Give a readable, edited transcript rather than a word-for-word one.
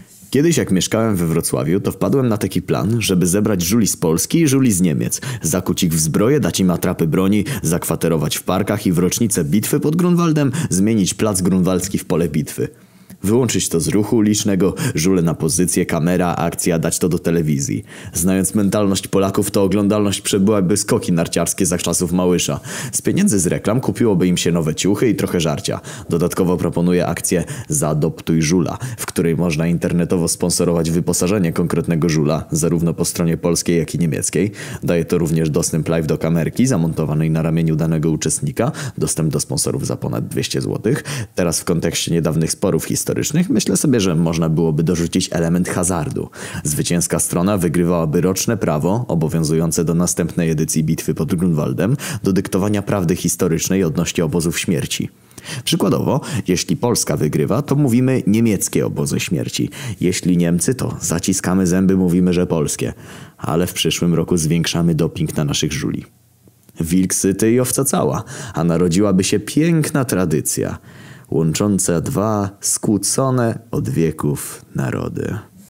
Kiedyś jak mieszkałem we Wrocławiu, to wpadłem na taki plan, żeby zebrać żuli z Polski i żuli z Niemiec, zakuć ich w zbroję, dać im atrapy broni, zakwaterować w parkach i w rocznicę bitwy pod Grunwaldem zmienić plac grunwaldzki w pole bitwy. Wyłączyć to z ruchu ulicznego, żule na pozycję, kamera, akcja, dać to do telewizji. Znając mentalność Polaków, to oglądalność przebyłaby skoki narciarskie za czasów Małysza. Z pieniędzy z reklam kupiłoby im się nowe ciuchy i trochę żarcia. Dodatkowo proponuję akcję Zaadoptuj żula, w której można internetowo sponsorować wyposażenie konkretnego żula, zarówno po stronie polskiej, jak i niemieckiej. Daje to również dostęp live do kamerki zamontowanej na ramieniu danego uczestnika, dostęp do sponsorów za ponad 200 zł. Teraz w kontekście niedawnych sporów historycznych myślę sobie, że można byłoby dorzucić element hazardu. Zwycięska strona wygrywałaby roczne prawo, obowiązujące do następnej edycji bitwy pod Grunwaldem, do dyktowania prawdy historycznej odnośnie obozów śmierci. Przykładowo, jeśli Polska wygrywa, to mówimy niemieckie obozy śmierci. Jeśli Niemcy, to zaciskamy zęby, mówimy, że polskie. Ale w przyszłym roku zwiększamy doping na naszych żuli. Wilk syty i owca cała, a narodziłaby się piękna tradycja łącząca dwa skłócone od wieków narody.